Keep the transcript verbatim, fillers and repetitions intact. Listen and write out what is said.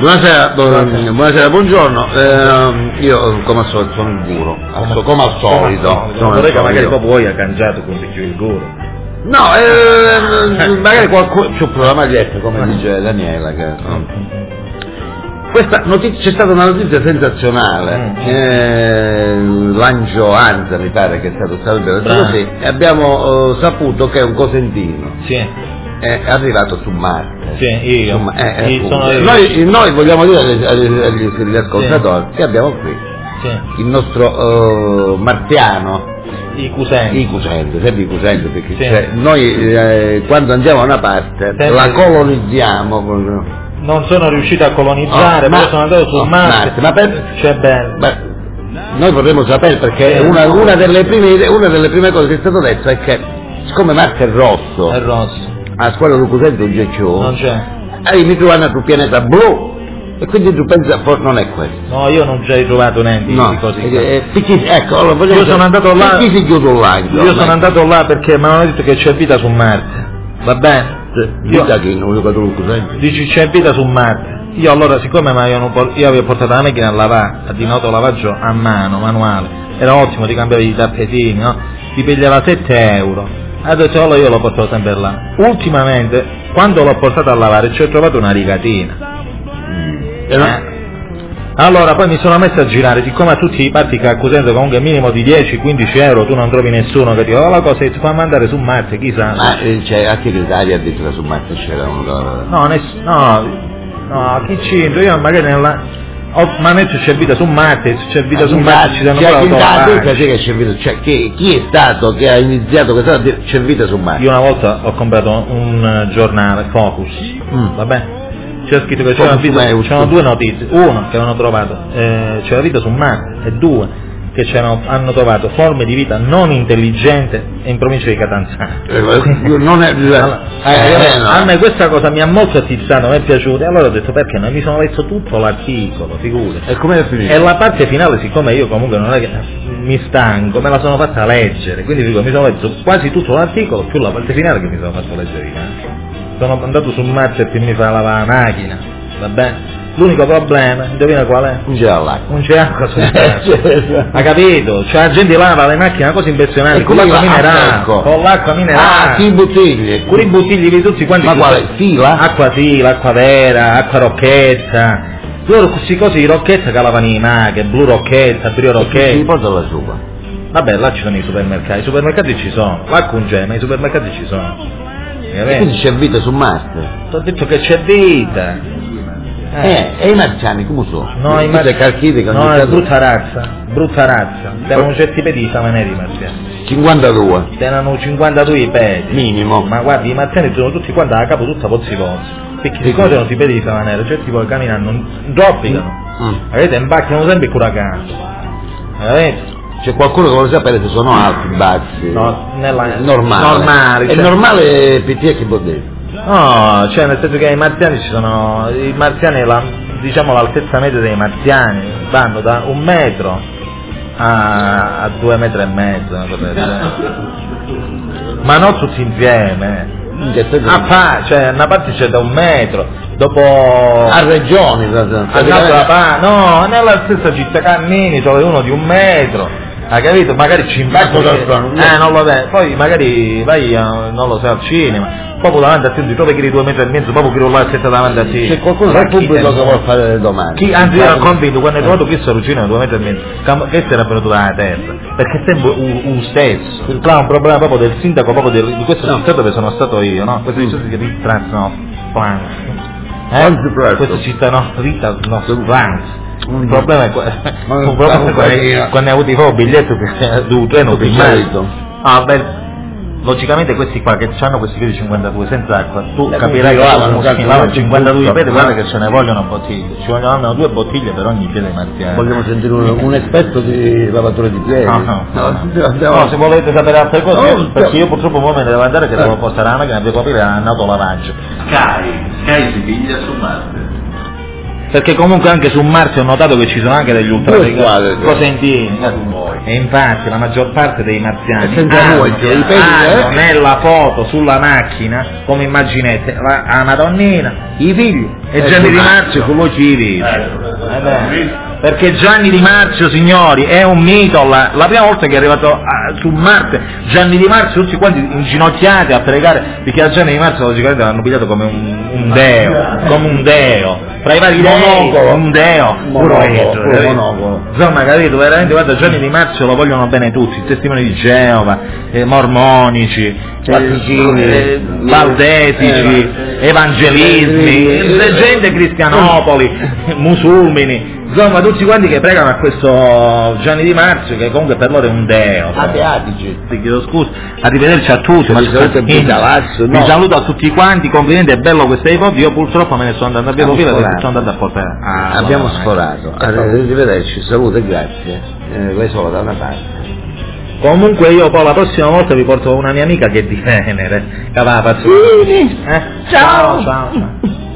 Buonasera, buonasera, buonasera, buongiorno. Eh, io come al solito sono il guru, come, come al solito. Non vorrei che magari dopo voi ha cangiato con il guru. No, eh, magari qualcuno c'ho la maglietta, come dice Daniela. Che, no. Questa notizia, c'è stata una notizia sensazionale, mm. eh, Lancio Anza mi pare che è stato stato così, e abbiamo eh, saputo che è un cosentino. Sì. È arrivato su Marte. Sì, io. Su, eh, io sono io. Noi, noi vogliamo dire agli, agli, agli ascoltatori sì. che abbiamo qui sì. il nostro uh, marziano. I cusenti. I cusenti, sempre i cusenti, perché sì. cioè, noi eh, quando andiamo a una parte sempre la colonizziamo. Con... Non sono riuscito a colonizzare, oh, ma sono andato su oh, Marte. Marte. Ma per... C'è bello. Beh, noi vorremmo sapere perché sì. una, una, delle prime, una delle prime cose che è stato detto è che siccome Marte è rosso. È rosso. A scuola del cusente non c'è più. Non c'è. E mi trovano sul pianeta blu. E quindi tu pensi, non è questo. No, io non ci hai trovato niente no. di così. Eh, perché, ecco, allora, io sono andato là. Perché si chiude là? Io sono mai. andato là perché mi hanno detto che c'è vita su Marte. Va bene? Vita che non ho giocato il cusente. Dici c'è vita su Marte. Io allora, siccome io avevo portato la macchina a lavare, a dinoto lavaggio a mano, manuale, era ottimo, ti cambiavi i tappetini, no? Ti pigliava sette euro. Adesso allora io l'ho portato sempre là. Ultimamente, quando l'ho portato a lavare, ci ho trovato una rigatina. Mm. Eh? Allora poi mi sono messo a girare, siccome a tutti i parti che accusando comunque minimo di dieci quindici euro tu non trovi nessuno che ti dica oh, la cosa ti fa mandare su Marte, chissà. Ma c'è anche l'Italia ha detto che su Marte c'era uno da... No, ness- no, no, chi c'entro? Io magari nella... Oh, ma adesso c'è vita su Marte, se c'è vita ah, su Marte ci danno pure che c'è vita, cioè, chi, chi è stato che ha iniziato questa c'è vita su Marte? Io una volta ho comprato un giornale, Focus, mm. vabbè, c'è scritto che c'erano, vita, c'erano due notizie, uno che avevano trovato, eh, c'era vita su Marte e due che c'erano, hanno trovato forme di vita non intelligente in provincia di Catanzaro. Eh, non è, allora, eh, eh, no. A me questa cosa mi ha molto attizzato, mi è piaciuta e allora ho detto perché non mi sono letto tutto l'articolo, figure. E come è finito? E la parte finale, siccome io comunque non è che mi stanco, me la sono fatta leggere, quindi dico, mi sono letto quasi tutto l'articolo più la parte finale che mi sono fatto leggere. Eh. Sono andato su Marte e mi fa lavare la macchina, va bene? L'unico problema, indovina qual è? Non c'è l'acqua. Non c'è acqua su Marte. Ha capito? Cioè la gente lava le macchine, una cosa impressionante, con l'acqua minerale. Con l'acqua minerale. Ah, sì, bottiglie. Con i bottigli di tutti quanti. Ma quale? Fila? Acqua fila, acqua vera, acqua rocchetta. Loro questi cose di rocchetta che lavano i maghe, blu rocchetta, brio rocchetta. Si porta la supa. Vabbè, là ci sono i supermercati, i supermercati ci sono. L'acqua non c'è, ma i supermercati ci sono. E quindi c'è vita su Marte? Ti ho detto che c'è vita. Eh, e i marziani come sono? No, i marziani no, è brutta razza, brutta razza. Tengono certi pedi samaneri i marziani. cinquantadue. Tengono cinquantadue pedi. Minimo. Ma guardi, i marziani sono tutti quanti a capo tutta pozzi pozzi. Perché si conoscono i pedi di samaneri, certi poi camminano, non zoppicano. Mm. Vedete, imbacchiano sempre il curacano. Vedete? C'è qualcuno che vuole sapere se sono alti, bassi? No, nella... normale. Normali. È cioè... normale P T che vuol dire? No, cioè nel senso che i marziani ci sono, i marziani, la, diciamo l'altezza media dei marziani vanno da un metro a, a due metri e mezzo, ma non tutti insieme. Ah, fa, cioè una parte c'è da un metro, dopo a regioni, a pa- no, nella stessa città cammini, trovi uno di un metro. Hai capito? Magari ci imbacco eh non lo vedo, poi magari vai a, non lo so al cinema, proprio davanti a te ti trovi che di due metri e mezzo, proprio che là setta davanti a te. C'è qualcuno del pubblico che vuole fare le domande. Chi, anzi io ero convinto quando hai trovato questo ruggino a due metri e mezzo, che si era venuto dalla terra, perché è sempre un, un stesso. Il là è un problema proprio del sindaco, proprio del, di questo città dove sono stato io, no? Questo città si chiama Trans, no? Plan. Eh? Questa città no, Rita, no, Trans. Il problema è que- quando hai avuto i fuoco biglietto del treno primario. Ah, beh, logicamente questi qua che hanno questi piedi cinquantadue senza acqua, tu eh, capirai che lavano cinquantadue piedi, guarda che ce ne vogliono bottiglie, ci vogliono almeno due bottiglie per ogni piede marziano. Vogliamo sentire un, un esperto di lavatura di piedi? No, no, no, no. no se volete sapere altre cose, no, perché io purtroppo un momento devo andare che devo portare la macchina per coprire l'autolavaggio. Sky, Sky si piglia su Marte. Perché comunque anche su Marte ho notato che ci sono anche degli ultra cosentini. E infatti la maggior parte dei marziani hanno, hanno, hanno nella foto sulla macchina, come immaginette, la, la Madonnina, i figli e Gianni Di Marzio con voi ci vedi. Perché Gianni Di Marzio, signori, è un mito, la, la prima volta che è arrivato a, su Marte, Gianni Di Marzio tutti quanti inginocchiati a pregare, perché a Gianni Di Marzio logicamente l'hanno pigliato come un, un deo, come un deo, fra i vari dei, un deo, puro etro, insomma, capito, veramente, guarda, Gianni Di Marzio lo vogliono bene tutti, i testimoni di Geova, eh, mormonici, eh, valdesici, eh, evangelismi, eh, gente cristianopoli, musulmini, insomma tutti quanti che pregano a questo Gianni Di Marzio, che comunque per loro è un deo. Ateatici. Ti chiedo scusa, arrivederci a tutti, ma vi saluto, no. Vi saluto a tutti quanti, complimenti, è bello questa ipotesi, io purtroppo me ne sono andato a via fila perché sono andato a portare. Ah, abbiamo sforato, arrivederci, saluto e grazie, eh, vai solo da una parte. Comunque io poi la prossima volta vi porto una mia amica che è di Venere, che va a sì, eh? ciao, ciao, ciao.